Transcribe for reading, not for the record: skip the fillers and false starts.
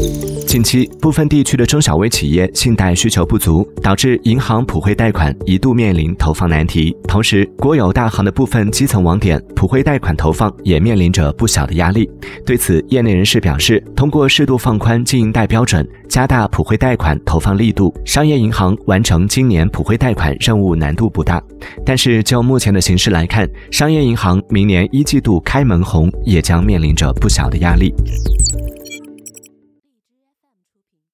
近期，部分地区的中小微企业信贷需求不足，导致银行普惠贷款一度面临投放难题。同时，国有大行的部分基层网点普惠贷款投放也面临着不小的压力。对此，业内人士表示，通过适度放宽经营贷标准，加大普惠贷款投放力度，商业银行完成今年普惠贷款任务难度不大。但是，就目前的形势来看，商业银行明年1季度开门红也将面临着不小的压力。